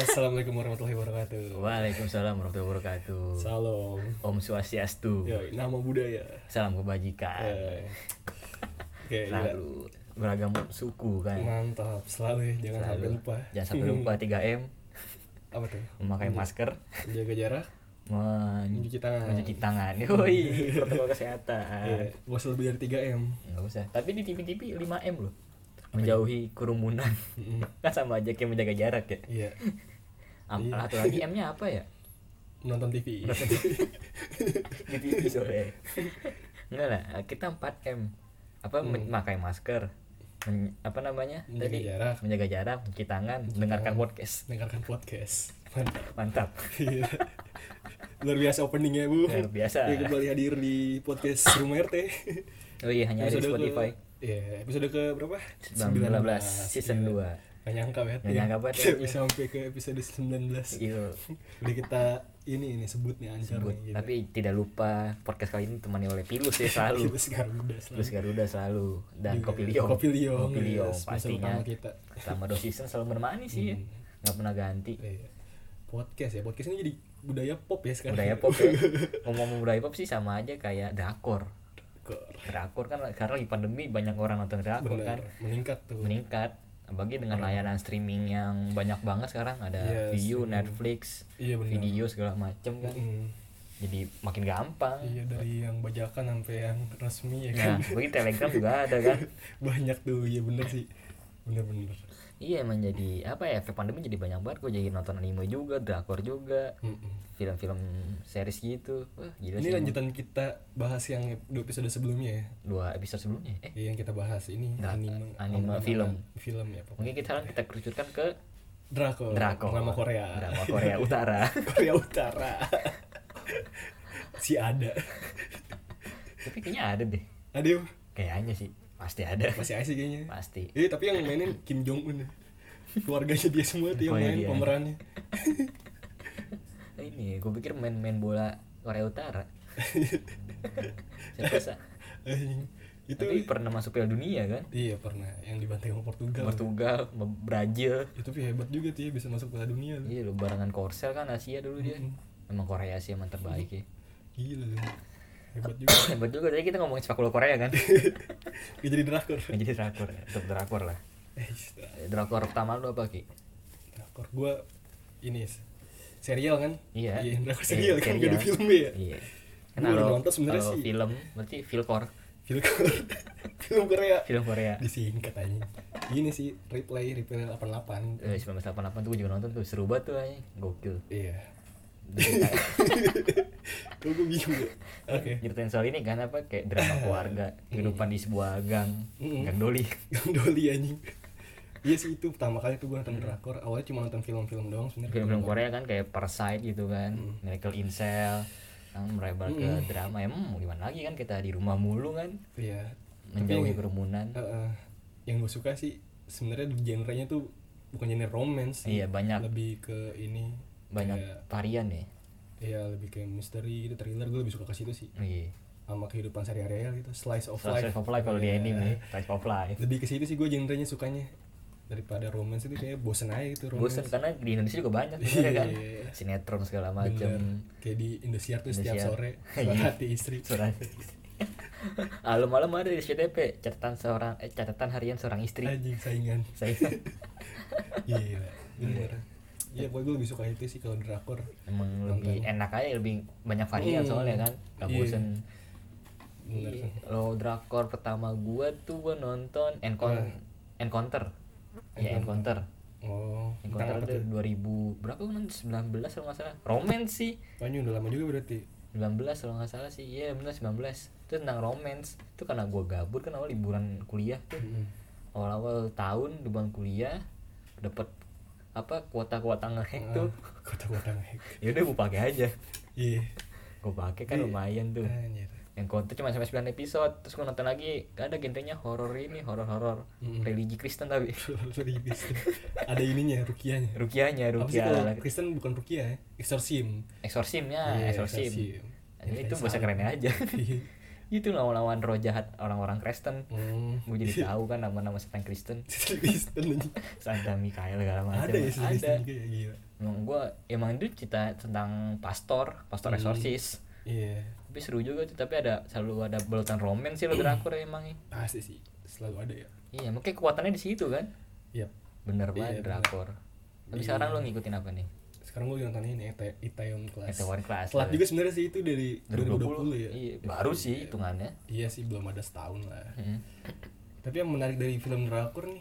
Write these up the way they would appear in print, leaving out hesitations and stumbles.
Assalamualaikum warahmatullahi wabarakatuh. Waalaikumsalam warahmatullahi wabarakatuh. Salam. Om Swastiastu. Ya, nama budaya. Salam kebajikan. Oke, Selalu beragam suku kan. mantap. Selalu ya, jangan sampai lupa. Jangan sampai lupa 3M. Apa tuh? Memakai masker, Jaga jarak, mencuci tangan. mencuci tangan. Yoi, protokol kesehatan. Iya, gak usah lebih dari 3M. Enggak usah. Tapi di TV-TV 5M loh. Menjauhi kerumunan. Kan sama aja kayak menjaga jarak ya. Iya. Atau lagi M-nya apa ya? Menonton TV. Di TV soalnya. Enggak lah, kita 4M. Memakai masker. Apa namanya? Menjaga jarak. Menjaga jarak, mencuci tangan, mendengarkan podcast. Dengarkan podcast. Mantap. Iya. Luar biasa openingnya, Bu. Luar biasa. Ya, kembali hadir di podcast Rumah RT. Oh iya, hanya ada di Spotify. Iya, episode ke berapa? 19 season 2. Gak nyangka banget. Gak nyangka banget ya. Bisa sampai ke episode 19. Iya. Udah kita ini sebut nih ancur nih, gitu. Tapi tidak lupa podcast kali ini ditemani oleh Pilus ya selalu. Pilus Garuda selalu dan juga. Kopi Liong. Kopi Liong Yes, utama pastinya. kita. Selama 2 season selalu menemani sih ya. Gak pernah ganti. Iya. Podcast ini jadi budaya pop ya sekarang. Budaya pop ya. Ngomong budaya pop sih sama aja kayak drakor. Drakor kan karena lagi pandemi banyak orang nonton drakor. Bener, kan. meningkat. Apalagi dengan layanan streaming yang banyak banget sekarang ada Viu, Netflix, Iya, video segala macem kan. Jadi makin gampang. Iya, dari yang bajakan sampai yang resmi ya Nah, kan. bagi Telegram juga ada kan. Banyak tuh, iya bener sih. Bener. Iya, emang jadi apa ya, efek pandemi jadi banyak banget. Gue jadi nonton anime juga, drakor juga, film-film series gitu. Wah, gila Ini sih. lanjutan kita bahas yang 2 episode sebelumnya ya. 2 episode sebelumnya. Iya, yang kita bahas ini Anime film ya pokoknya. Mungkin kita kerucutkan ke Drakor. Drama Korea. Drama Korea Utara. Korea Utara. Si ada. Tapi kayaknya ada deh. Aduh, Kayaknya sih. Pasti ada. masih asik kayaknya. Pasti. Tapi yang mainin Kim Jong Un. Keluarganya dia semua tuh yang Oh, iya, main dia. pemerannya. Ini gue pikir main bola Korea Utara. Siapa? Itu Tapi pernah masuk Piala Dunia kan? iya pernah yang dibantai sama Portugal, Brazil. itu tuh hebat juga tuh ya, bisa masuk Piala Dunia tuh. Iya lo, barengan Korsel kan Asia dulu dia. Emang Korea sih emang terbaik ya. Gila loh, hebat juga. Hebat juga, tadi kita ngomongin sepak bola Korea kan. Gak jadi drakor. Nggak jadi drakor ya, untuk drakor lah. Drakor pertama lu apa Ki? Drakor gua ini serial kan. Iya. Drakor serial kan, gak ada filmnya ya. Iya. Kan Gua baru kalau nonton sebenarnya sih. film berarti Filkor. Film Korea. Film Korea. Disingkat aja. Ini sih Replay 88. 1988 tuh gue juga nonton tuh, seru banget tuh aja. Gokil. Iya. Kok gue bingung ya. Oke. Ceritain soal ini kan apa, kayak drama keluarga, kehidupan di sebuah gang Doli. Gang Doli anjing. Iya sih, itu pertama kali tuh gue nonton drakor. Awalnya cuma nonton film-film doang sebenarnya. Film-film Korea kan kayak Parasite gitu kan, Miracle in Cell, kan merebak ke drama. Mau gimana lagi kan, kita di rumah mulu kan, Iya. menjauhi kerumunan. Yang gue suka sih sebenarnya genrenya tuh bukan genre romance. Iya, banyak. Lebih ke ini. Banyak kayak, varian ya. Iya, lebih kayak misteri gitu, thriller. Gue lebih suka ke situ sih. Iya. Sama kehidupan sehari-hari gitu, slice of Slice of life kalau di anime, Slice of life. Lebih ke situ sih gue genrenya sukanya. Daripada romance itu kayak bosen aja gitu romance. Bosen karena di Indonesia juga banyak sebenarnya kan. Iya. Sinetron segala Bener. macam. Kayak di Indosiar tuh setiap Indosiar. sore suara hati istri. Surat. Malam ada di CTP catatan harian seorang istri. Anjing saingan. Saya Gila. Bener. Iya, gue lebih suka itu sih kalau drakor. emang Nonton. lebih enak aja, lebih banyak varian soalnya kan. Gak Iya. bosen. Bener. Lo drakor pertama gua tuh gua nonton Encounter. Ya Encounter. Oh, Encounter tentang apa ada tuh? 2000 berapa kan, 19 kalau nggak salah. Romance sih. Banyak udah lama juga berarti. 19 kalau nggak salah sih. Iya benar 19. Itu tentang romance. Itu karena gua gabut kan awal liburan kuliah tuh. Awal-awal tahun liburan kuliah dapat apa kuota ngehack tuh. Kota-kota ngehack. Ya udah gua pakai aja. Iya. Gua pakai kan lumayan tuh. Anjir. Yang konten cuma sampai 9 episode. Terus gua nonton lagi, ada genrenya horor religi Kristen tapi Ribis. Ada ininya, rukiahnya. rukiahnya Apa sih kalau rukiah Kristen bukan rukiah ya? Exorcism. eksorsim ya Iya, eksorsim. Ini itu bahasa kerennya aja. Itu lawan roh jahat orang-orang Kristen. Gue jadi Iya. tahu kan nama-nama setan Kristen. Kristen aja. Santa Mikael segala macam. Ada ya Ada. Kristen juga ya, gila. Emang itu cerita tentang pastor eksorsis. Iya. Tapi seru juga tuh, tapi selalu ada balutan romen sih lo drakor emang. Pasti sih, selalu ada ya. Iya, makanya kekuatannya di situ kan. Iya. Bener Iya, banget drakor. Tapi Iya. sekarang lo ngikutin apa nih? Sekarang gue nonton ini Itaewon Class. Itaewon Class. Telat juga sebenarnya sih itu dari 2020 ya. Iya, baru sih hitungannya. Iya sih, belum ada setahun lah. Mm. Tapi yang menarik dari film drakor nih,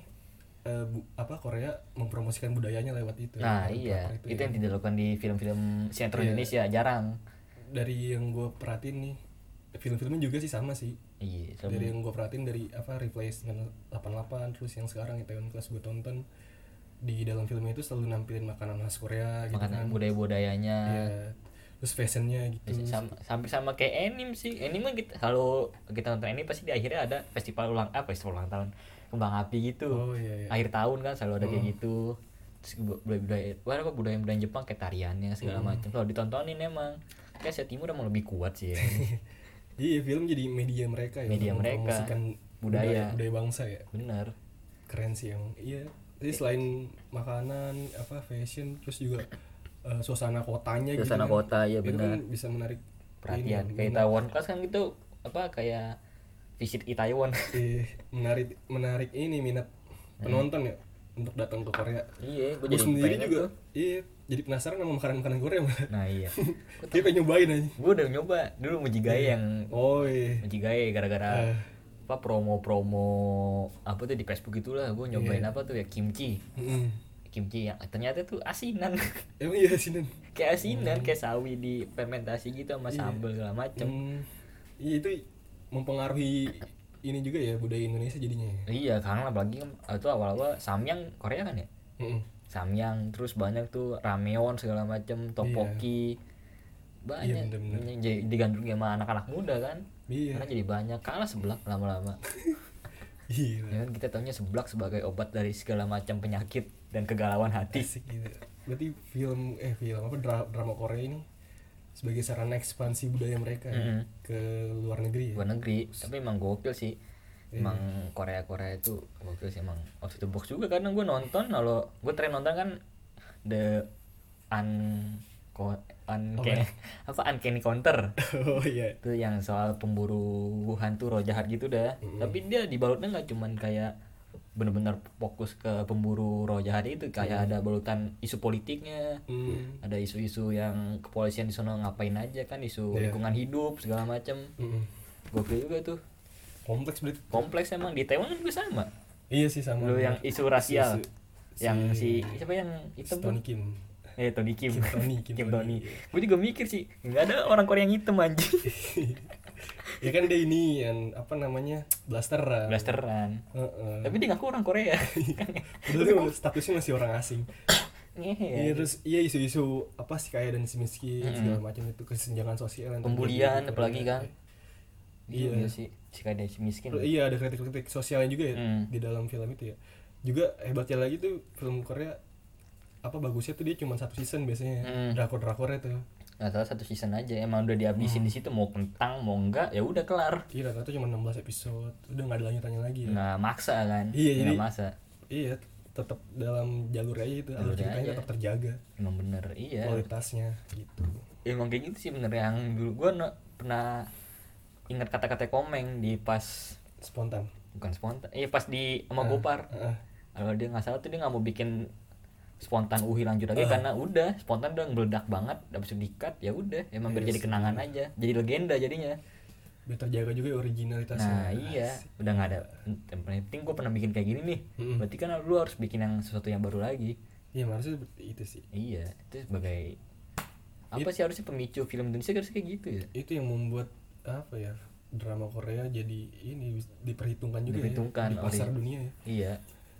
Korea mempromosikan budayanya lewat itu. Nah lewat iya, drakor itu ya. yang tidak dilakukan di film-film sinetron Iya. Indonesia, jarang. Dari yang gue perhatiin nih, film-filmnya juga sih sama sih. Iya, Dari yang gue perhatiin dari Replace 88, terus yang sekarang Itaewon Class gue tonton, di dalam filmnya itu selalu nampilin makanan khas Korea gitu makanan kan. budaya-budayanya. Iya. Terus fashionnya gitu. Sampai sama kayak anime sih. Anime kan kalau kita nonton anime pasti di akhirnya ada festival ulang tahun kembang api gitu. Oh iya. Akhir tahun kan selalu ada kayak gitu. Terus budaya Jepang kayak tariannya segala macam. Kalau ditontonin emang kayak Asia Timur emang lebih kuat sih ya. Iya, film jadi media mereka ya. Media untuk mereka. mempromosikan Budaya bangsa ya. Bener. Keren sih yang iya. Jadi selain makanan, fashion, terus juga suasana kotanya gitu kan. Kota ya Itu benar. kan bisa menarik Perhatian. ini, Kayak Itaewon Class kan gitu kayak visit Itaewon. menarik ini minat penonton ya untuk datang ke Korea. Iya, gue Gue jadi sendiri pengen juga tuh. iya, jadi penasaran sama makanan Korea malah. Nah iya. Dia pengen nyobain aja. Gue udah nyoba dulu Mujigae yang Oh iya. Mujigae gara-gara promo-promo apa tuh di Facebook itulah gue nyobain apa tuh ya kimchi yang ternyata tuh asinan. Emang iya sih Nen. Kayak asinan kayak sawi di fermentasi gitu sama sambal segala macem. Iya itu mempengaruhi ini juga ya budaya Indonesia jadinya ya. Iya karena apalagi itu awal-awal samyang Korea kan ya. Samyang terus banyak tuh rameon segala macem, tteokbokki. Banyak. Iya, bener-bener. Jadi digandrungi sama anak-anak muda kan. Iya. Karena jadi banyak kalah seblak lama-lama. Iya. Ya kan kita taunya seblak sebagai obat dari segala macam penyakit dan kegalauan hati. Asik gitu. Berarti film drama Korea ini sebagai sarana ekspansi budaya mereka ya, ke luar negeri ya. Luar negeri, tapi emang gokil sih. Emang Korea itu gokil sih emang. Out of the box juga karena gue nonton kalau gue terakhir nonton kan Uncanny Counter. Oh iya. Itu yang soal pemburu hantu roh jahat gitu dah. Tapi dia dibalutnya nggak cuman kayak benar-benar fokus ke pemburu roh jahat itu, kayak ada balutan isu politiknya. Ada isu-isu yang kepolisian di sana ngapain aja kan, isu lingkungan hidup segala macam. Gokil juga tuh. Kompleks Emang di Taiwan kan juga sama. Iya sih sama. Lu yang isu rasial. Yang si siapa yang hitam tuh? Tony Kim. Tony Kim. Kim Tony. Gue juga mikir sih, enggak ada orang Korea yang hitam anjing. Ya kan dia ini yang blasteran. Tapi dia ngaku orang Korea. Padahal statusnya masih orang asing. Iya, terus isu-isu si kaya dan si miskin segala macam itu, kesenjangan sosial yang pembulian terjadi di apalagi Korea. kan. Iya sih, si kaya dan si miskin. Iya, ada kritik-kritik sosialnya juga ya di dalam film itu ya. Juga hebatnya lagi tuh film Korea bagusnya tuh dia cuma 1 season biasanya. Drakor-drakornya tuh. Nah, salah 1 season aja, emang udah dihabisin di situ, mau kentang mau enggak ya udah kelar. Iya, rata-rata cuma 16 episode. Udah enggak ada lanjutannya lagi ya. Nggak maksa kan. Iya, jadi maksa. Iya, tetap dalam jalur aja itu, alur ceritanya tetap terjaga. Emang bener, iya. Kualitasnya gitu. Emang kayak gitu sih bener, yang dulu gua pernah ingat kata-kata Komeng di pas spontan. Bukan spontan. Pas di sama Gopar. Kalau dia enggak salah tuh dia enggak mau bikin spontan lanjut lagi karena udah spontan udah meledak banget, habis itu di-cut ya udah, emang biar jadi kenangan aja, jadi legenda jadinya. Biar terjaga juga originalitasnya. Nah iya, udah nggak ada. Yang penting gue pernah bikin kayak gini nih, berarti kan lu harus bikin yang sesuatu yang baru lagi. Iya, harusnya itu sih. Iya, itu sebagai sih harusnya pemicu film Indonesia harus kayak gitu ya. Itu yang membuat drama Korea jadi ini diperhitungkan juga ya di pasar dunia ya. Iya.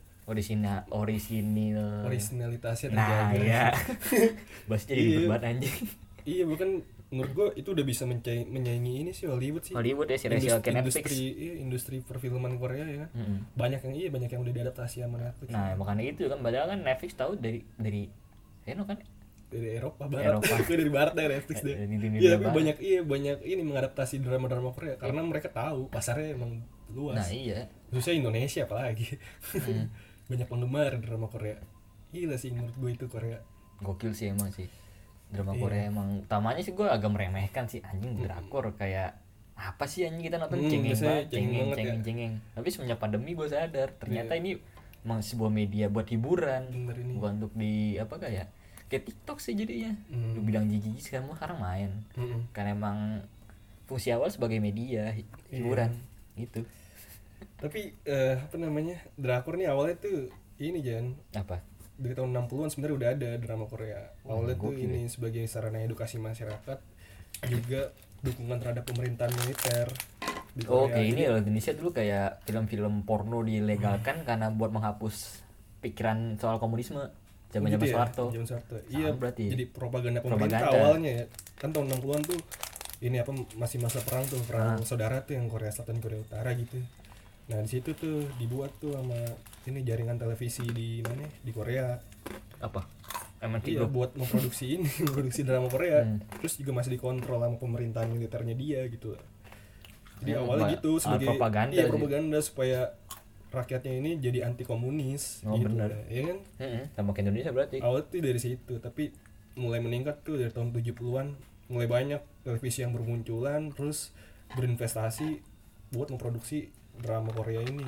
Originalitasnya terjaga. Nah iya. Bahas jadi berbat anjing. Iya, bukan, menurut gue itu udah bisa menyaingi ini sih Hollywood sih. Hollywood ya, serial kayak Netflix. Industri perfilman Korea ya kan. Banyak yang udah diadaptasi sama Netflix. Nah makanya itu kan, padahal kan Netflix tahu dari kan dari Eropa barat. Gue dari barat dari Netflix deh. Iya tapi banyak ini mengadaptasi drama-drama Korea karena mereka tahu pasarnya emang luas. Nah iya. Khususnya Indonesia apalagi. Banyak penggemar drama Korea. Gila sih menurut gue itu Korea. Gokil sih emang sih. Drama Korea emang utamanya sih gue agak meremehkan sih anjing drakor kayak apa sih anjing kita nonton cengeng. Tapi semenjak pandemi gue sadar ternyata ini emang sebuah media buat hiburan, bukan untuk di apa kayak TikTok sih jadinya. Lu bilang jijik sekarang main. Karena emang fungsi awal sebagai media hiburan gitu. Tapi apa namanya? Drakor nih awalnya tuh ini Jan. Apa? Dari tahun 60-an sebenarnya udah ada drama Korea. Awalnya tuh ini sebagai sarana edukasi masyarakat, juga dukungan terhadap pemerintahan militer. Oke, ini Indonesia dulu kayak film-film porno dilegalkan karena buat menghapus pikiran soal komunisme. Zaman-zaman Soeharto. Iya, berarti jadi propaganda pemerintah awalnya ya. Kan tahun 60-an tuh ini apa masih masa perang tuh, perang saudara tuh yang Korea Selatan Korea Utara gitu. Nah, di situ tuh dibuat tuh sama ini jaringan televisi di mana? Di Korea. Apa? MNC Group buat memproduksi ini, memproduksi drama Korea. Terus juga masih dikontrol sama pemerintahan militernya dia gitu. Jadi awalnya gitu sebagai propaganda supaya rakyatnya ini jadi anti komunis gitu. Bener. Ya kan? Sama ke Indonesia berarti. Awalnya tuh dari situ, tapi mulai meningkat tuh dari tahun 70-an, mulai banyak televisi yang bermunculan terus berinvestasi buat memproduksi drama Korea ini.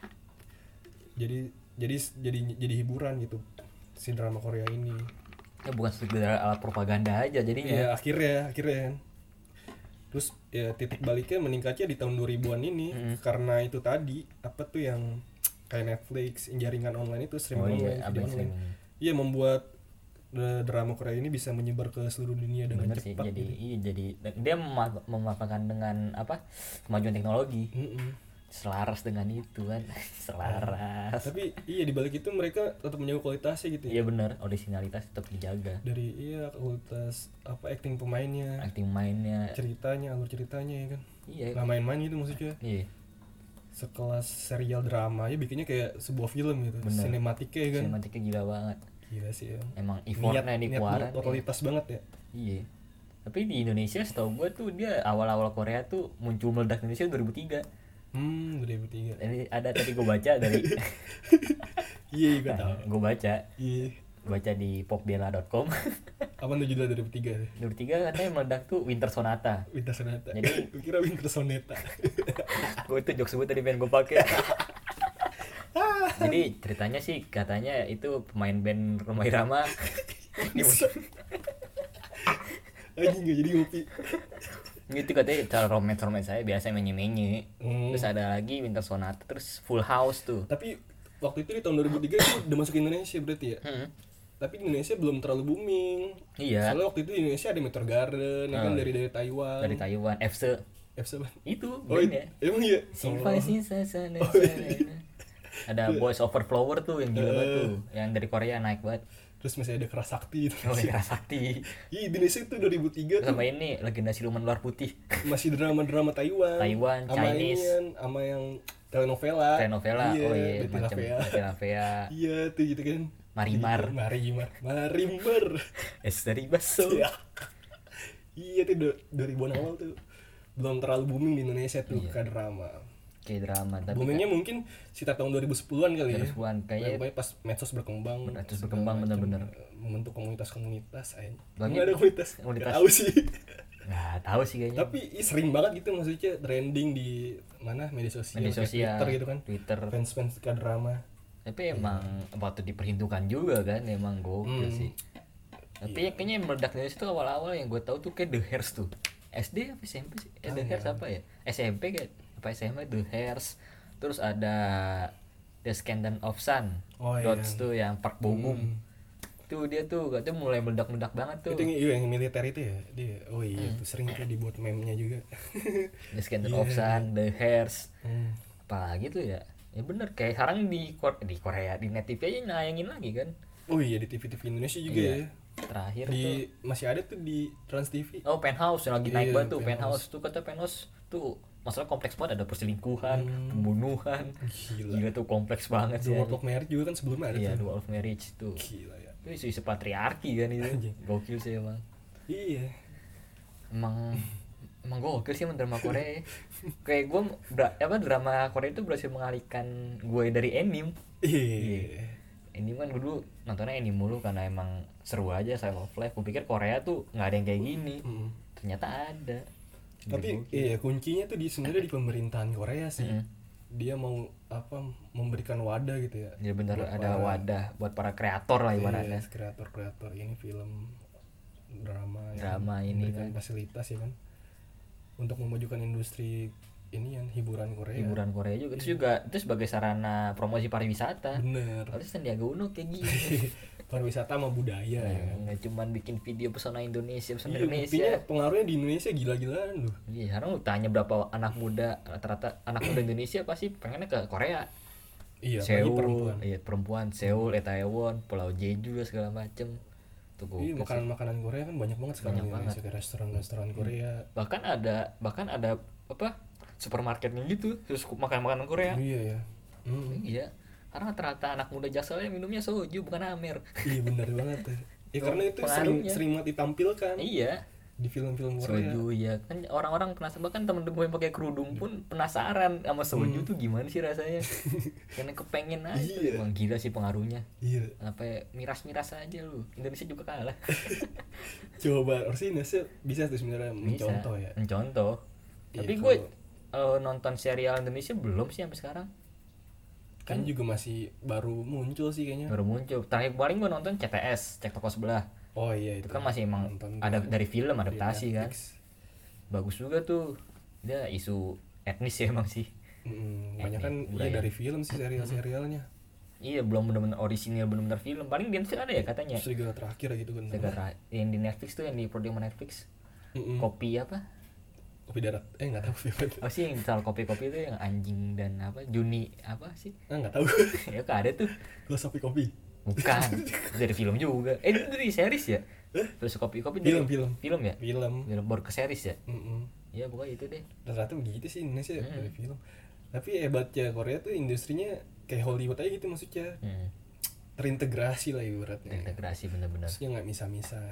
Jadi hiburan gitu si drama Korea ini. Ya bukan sekedar alat propaganda aja jadinya. Iya, akhirnya kan. Terus ya titik baliknya meningkatnya di tahun 2000-an ini karena itu tadi apa tuh yang kayak Netflix, jaringan online itu streaming online. Iya, membuat drama Korea ini bisa menyebar ke seluruh dunia dengan cepat. Jadi dia memanfaatkan dengan apa? Kemajuan teknologi. Selaras dengan itu kan. Selaras. Tapi iya di balik itu mereka tetap menjaga kualitasnya gitu. Iya benar, originalitas tetap dijaga. Dari kualitas apa acting mainnya, alur ceritanya ya kan. Iya. Nggak main-main gitu maksudnya. Iya. Sekelas serial drama ya bikinnya kayak sebuah film gitu. Sinematiknya kan. Sinematiknya gila banget. Gila sih ya. Emang effortnya dikeluarin. Totalitas banget ya. Iya. Tapi di Indonesia setahu gue tuh dia awal-awal Korea tuh muncul meledak di Indonesia 2003. 2003. Ini ada tadi gue baca dari iya gue tahu. Gue baca. Iya. Baca di popbella.com. Apa tuh judul 2003? 2003 katanya meledak tuh Winter Sonata. Jadi gue kira Winter Sonata. Gue itu jokes gue tadi pengen gue pakai. Jadi ceritanya sih katanya itu pemain band Rhoma Irama. Anjing gak jadi ngopi. Gitu katanya cara romance saya biasa menye-menye. Terus ada lagi Winter Sonata, terus Full House tuh. Tapi waktu itu di tahun 2003 itu udah masuk Indonesia berarti ya. Tapi di Indonesia belum terlalu booming. Iya. Soalnya waktu itu di Indonesia ada Meteor Garden, ya kan dari Taiwan. Dari Taiwan, FC itu ya? Emang iya? Sana. Ada Boys Over Flower tuh yang gila banget tuh, yang dari Korea naik banget. Terus masih ada Kerasakti itu. Kerasakti. Iya, di Indonesia itu 2003 sama ini Legenda Siluman Ular Putih. Masih drama-drama Taiwan, Chinese, sama yang telenovela. Iya, oh iya, macam Telavea. Iya, tuh gitu kan. Marimar. Esteri Basso. Iya tuh 2000-an awal tuh. Belum terlalu booming di Indonesia tuh K-drama. K-drama tapi boomingnya mungkin sekitar tahun 2010-an kali ya. 2010-an kayaknya pas medsos berkembang. Bener-bener membentuk komunitas aja. Enggak ada komunitas. Enggak tahu sih. Enggak tahu sih kayaknya. Tapi sering banget gitu maksudnya trending di mana media sosial. Twitter gitu kan. Twitter. Fans K-drama. Tapi emang waktu diperhitungkan juga kan emang gokil sih. Tapi kayaknya meledak dari situ awal-awal yang gue tahu tuh kayak The Hairs tuh. SD apa SMP sih? The Hairs apa ya? SMP kayak apa SMA The Hairs. Terus ada The Scandal of Sun. Dots tuh yang Park Bo Gum. Tuh dia tuh katanya mulai meledak-meledak banget tuh. Itu yang militer itu ya. Dia tuh sering tuh dibuat meme-nya juga. The Scandal of Sun, The Hairs. Apalagi tuh ya. Ya bener kayak sekarang di Korea di Net TV aja nayangin lagi kan. Oh iya di TV-TV Indonesia juga ya. Terakhir di tuh masih ada tuh di Trans TV. Oh, Penthouse yang lagi naik banget tuh. Penthouse tuh kata Penthouse tuh masalah kompleks banget, ada perselingkuhan, pembunuhan. Gila tuh kompleks banget sih. Dual of Marriage juga kan sebelumnya ada. Iya, Dual of Marriage tuh. Gila ya. Itu isu patriarki kan itu. Gokil sih emang. Iya. Emang gokil sih emang drama Korea. Kayak gue drama Korea itu berhasil mengalihkan gue dari anime. Iya. Anime kan dulu nontonnya anime mulu karena emang seru aja Slice of Life. Gue pikir Korea tuh nggak ada yang kayak gini. Ternyata ada. Tapi iya kuncinya tuh sebenarnya di pemerintahan Korea sih. Dia mau memberikan wadah gitu ya. Ya benar, ada wadah buat para kreator lah ibaratnya. Yes, kreator ini film drama ini kan fasilitas ya kan untuk memajukan industri ini yang hiburan Korea juga. Terus juga itu sebagai sarana promosi pariwisata. Bener. Harus Sandiaga Uno kayak gini. Pariwisata sama budaya ya kan. Nggak cuman bikin video pesona Indonesia. Indonesia pengaruhnya di Indonesia gila-gilaan loh. Iya, sekarang lu tanya berapa anak muda, rata-rata anak muda Indonesia pasti pengennya ke Korea. Iya, Seoul, perempuan, Seoul, Itaewon, Pulau Jeju segala macem. Iya, makanan Korea kan banyak banget sekarang di Indonesia, kayak restoran Korea. Bahkan ada supermarketnya gitu, terus makan makanan Korea. Iya ya. Iya. Karena rata-rata anak muda Jakselnya minumnya soju bukan Amer. Iya benar banget ya. Ya karena itu sering banget ditampilkan. Iya. Di film-film Korea. Soju ya kan orang-orang penasaran, bahkan temen gue yang pakai kerudung pun penasaran sama soju tuh gimana sih rasanya. Karena kepengen aja. Iya. Emang gila sih pengaruhnya. Iya. Apa miras-miras aja lu. Indonesia juga kalah. Coba Indonesia bisa tuh sebenarnya mencontoh ya. Mencontoh. Tapi gue nonton serial Indonesia belum sih sampai sekarang. Kan juga masih baru muncul sih kayaknya. Baru muncul. Terakhir paling gue nonton CTS, Cek Toko Sebelah. Oh iya itu kan masih emang ada dari film adaptasi kan. Bagus juga tuh. Dia isu etnis ya emang sih. Banyak kan iya dari film sih serialnya. Iya, belum benar-benar orisinil, benar-benar film. Paling di Netflix ada ya katanya. Segala terakhir gitu kan. Yang di Netflix tuh yang di produksi Netflix. Kopi apa? Kopi darat. Enggak tahu sih. Oh sih yang soal kopi-kopi itu yang anjing dan apa? Juni apa sih? Enggak tahu. Ya ada tuh. Filosofi kopi. Bukan. Dari film juga. Itu dari series ya? Filosofi kopi dari film ya? Film baru ke series ya? Ya pokoknya itu deh. Rata-rata begitu sih Indonesia dari film. Tapi hebatnya Korea tuh industrinya kayak Hollywood aja gitu maksudnya. Terintegrasi lah ibaratnya. Terintegrasi benar-benar. Maksudnya nggak misah-misah.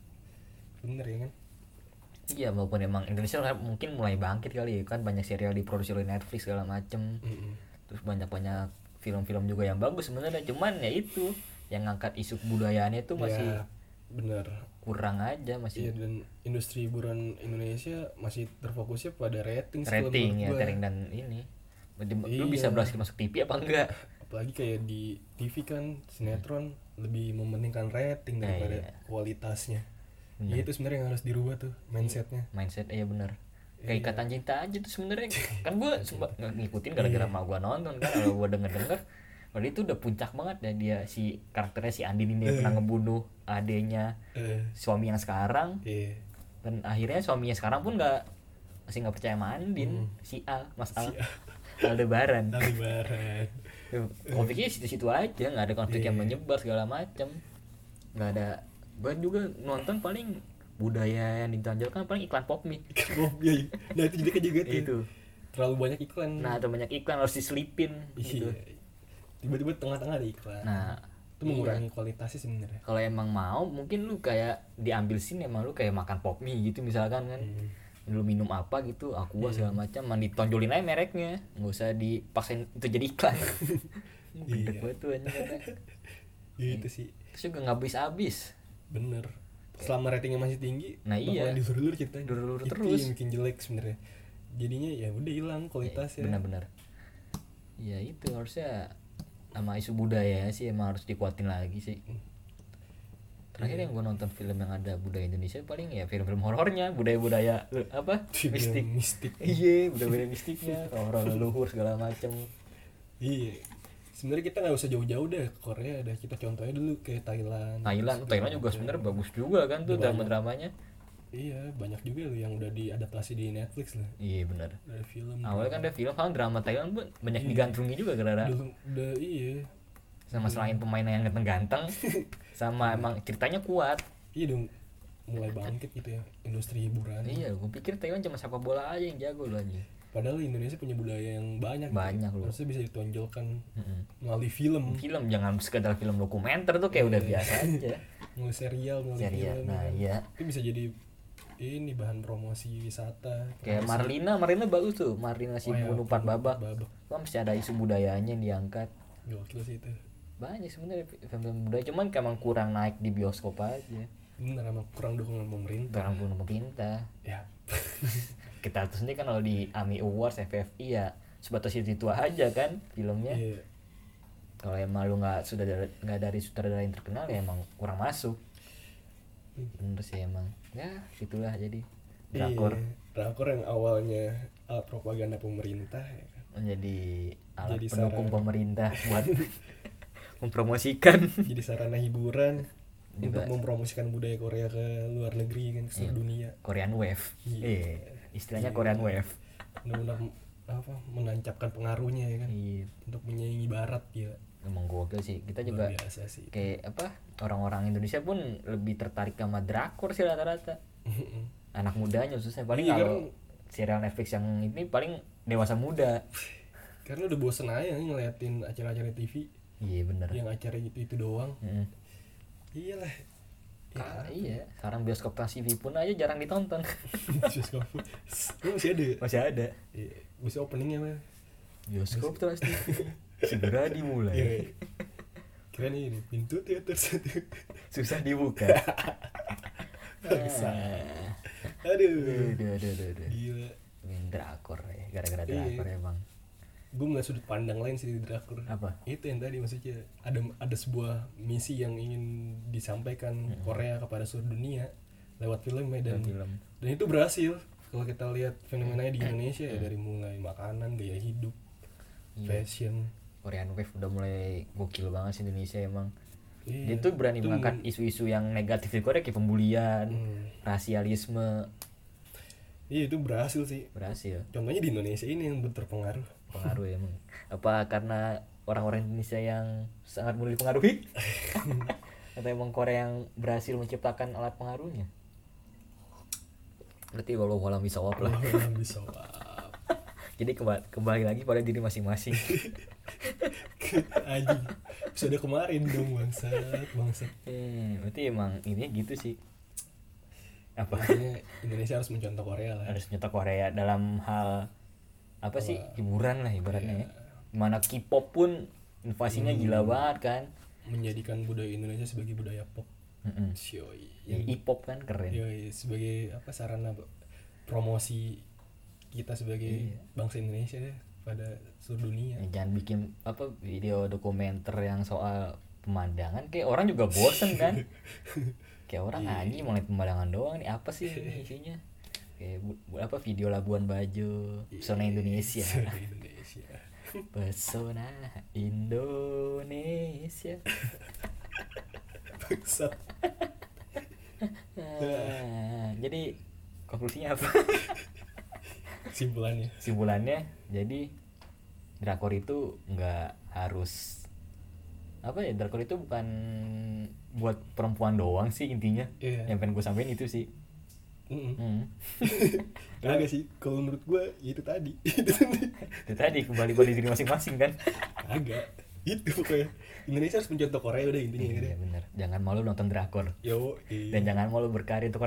Bener ya kan? Iya, walaupun emang Indonesia mungkin mulai bangkit kali ya kan, banyak serial diproduksi oleh Netflix segala macem. Terus banyak film-film juga yang bagus sebenarnya, cuman ya itu yang ngangkat isu budayaannya itu masih ya, bener kurang aja masih. Iya, dan industri hiburan Indonesia masih terfokusnya pada rating ya, rating dan ini. Lu bisa berhasil masuk TV apa enggak? Apalagi kayak di TV kan sinetron lebih mementingkan rating daripada kualitasnya. Ya itu sebenarnya yang harus dirubah tuh mindsetnya. Iya benar. Kayak Ikatan Cinta aja tuh sebenarnya. Kan gue sempat ngikutin gara-gara mau gue nonton kan, kalau gue denger kalau itu udah puncak banget ya dia si karakternya si Andin ini pernah ngebunuh adenya suami yang sekarang. Dan akhirnya suaminya sekarang pun masih nggak percaya sama Andin, si Mas Al. Aldebaran. Konfliknya situ-situ aja, nggak ada konflik yang menyebar segala macam. Nggak ada. Gue juga nonton paling budaya yang ditonjolkan paling iklan pop mie. Nah itu juga tuh. Itu. Terlalu banyak iklan. Nah, terlalu banyak iklan harus diselipin gitu. Tiba-tiba tengah-tengah ada iklan. Nah, itu mengurangi kualitasnya sebenarnya. Kalau emang mau mungkin lu kayak diambil scene emang lu kayak makan pop mie gitu misalkan kan. Lu minum apa gitu, Aqua segala macam, ditonjolin aja mereknya. Enggak usah dipaksain itu jadi iklan. Gede banget tuh anjing. Itu sih. Terus juga enggak habis-habis. Bener. Selama ratingnya masih tinggi, iya. Dilur-lur ceritanya. Dilur-lur itu terus. Yang bikin jelek sebenarnya. Jadinya ya udah hilang kualitasnya. Benar-benar. Ya itu harusnya sama isu budaya sih emang harus dikuatin lagi sih. Terakhir yang gue nonton film yang ada budaya Indonesia paling ya film-film horornya, budaya-budaya apa? Mistik. Iya, budaya mistiknya, horor leluhur segala macam. Iya. Sebenarnya kita nggak usah jauh-jauh deh ke Korea, dah kita contohnya dulu kayak Thailand juga sebenarnya bagus juga kan tuh drama-dramanya. Iya, banyak juga loh yang udah diadaptasi di Netflix lah. Iya benar. Ada film. Awalnya kan ada film, kan drama Thailand pun banyak digandrungi juga gara-gara. Udah iya. Sama selain pemainnya yang ganteng-ganteng, sama emang ceritanya kuat. Iya dong, mulai bangkit gitu ya industri hiburan. Iya, gue pikir Thailand cuma sepak bola aja yang jago loh aja. Padahal Indonesia punya budaya yang banyak loh. Harusnya bisa ditonjolkan melalui film. Jangan sekedar film dokumenter tuh kayak udah biasa aja. Melalui serial. Film, nah iya. Itu bisa jadi ini bahan promosi wisata. Kayak Marlina bagus tuh. Marlina si bunuh 4 babak. Kan mesti ada isu budayanya yang diangkat. Gokil sih itu. Banyak sebenarnya film budaya, cuman emang kurang naik di bioskop aja. Bener, emang kurang dukungan pemerintah. Ya. Kita tuh sendiri kan kalau di AMI Awards, FFI ya sebatas itu aja kan filmnya. Iya. Kalau emang lu nggak dari sutradara yang terkenal ya emang kurang masuk. Bener sih emang. Ya gitulah jadi drakor. Drakor yang awalnya alat propaganda pemerintah ya kan. Menjadi alat Jadi pendukung pemerintah buat mempromosikan. Jadi sarana hiburan untuk mempromosikan budaya Korea ke luar negeri kan, ke seluruh dunia. Korean Wave. Istilahnya Korean Wave. Benar-benar menancapkan pengaruhnya ya kan. Untuk menyaingi barat ya. Emang gokil sih. Kita juga biasa sih. Kayak orang-orang Indonesia pun lebih tertarik sama drakor sih rata-rata. Anak mudanya khususnya paling kalau serial Netflix yang ini paling dewasa muda. Karena udah bosen aja ngeliatin acara-acara TV. Iya bener. Yang acara itu doang. Iyalah. Iya. Sekarang bioskop Trans TV pun aja jarang ditonton. Bioskop masih ada. Masih ada. Iya. Bisa openingnya mah. Bioskop Trans TV segera dimulai. Iya. Keren ini pintu teater satu. Susah dibuka. Aduh. Gila. Main drakor ya. Gara-gara drakor emang. Gue ngeliat sudut pandang lain sih di drakor. Apa? Itu yang tadi maksudnya ada sebuah misi yang ingin disampaikan Korea kepada seluruh dunia lewat filmnya dan itu berhasil. Kalau kita lihat fenomenanya di Indonesia ya dari mulai makanan, gaya hidup, fashion. Korean Wave udah mulai gokil banget sih Indonesia emang. Dia tuh berani mengangkat isu-isu yang negatif di Korea kayak pembulian, rasialisme. Iya itu berhasil sih. Contohnya di Indonesia ini yang terpengaruh. Pengaruh emang. Apa karena orang-orang Indonesia yang sangat mudah dipengaruhi? Atau emang Korea yang berhasil menciptakan alat pengaruhnya? Berarti walau bisawab lah. Jadi kembali lagi pada diri masing-masing. Anjing. Sudah kemarin dong bangsat. Berarti emang ini gitu sih. Apa? Indonesia harus mencontoh Korea lah. Harus mencontoh Korea dalam hal apa sih hiburan lah ibaratnya ya. Mana K-pop pun invasinya gila banget kan, menjadikan budaya Indonesia sebagai budaya pop. E-pop kan keren. Sebagai sarana promosi kita sebagai bangsa Indonesia deh pada seluruh dunia. Jangan bikin video dokumenter yang soal pemandangan, kayak orang juga bosen kan. Kayak orang anjing mau lihat pemandangan doang nih, apa sih isinya? Kayak video Labuan Bajo, Pesona Indonesia. Pesona Indonesia. Bangsat. Jadi konklusinya apa? Simpulannya jadi drakor itu nggak harus drakor itu bukan buat perempuan doang sih intinya. Yang pengen gue sampein itu sih. Agak sih kalau menurut gue itu tadi kembali pada diri masing-masing kan. Agak itu pokoknya Indonesia harus mencontoh Korea udah intinya. Bener, jangan malu nonton drakor. Dan jangan malu berkarya untuk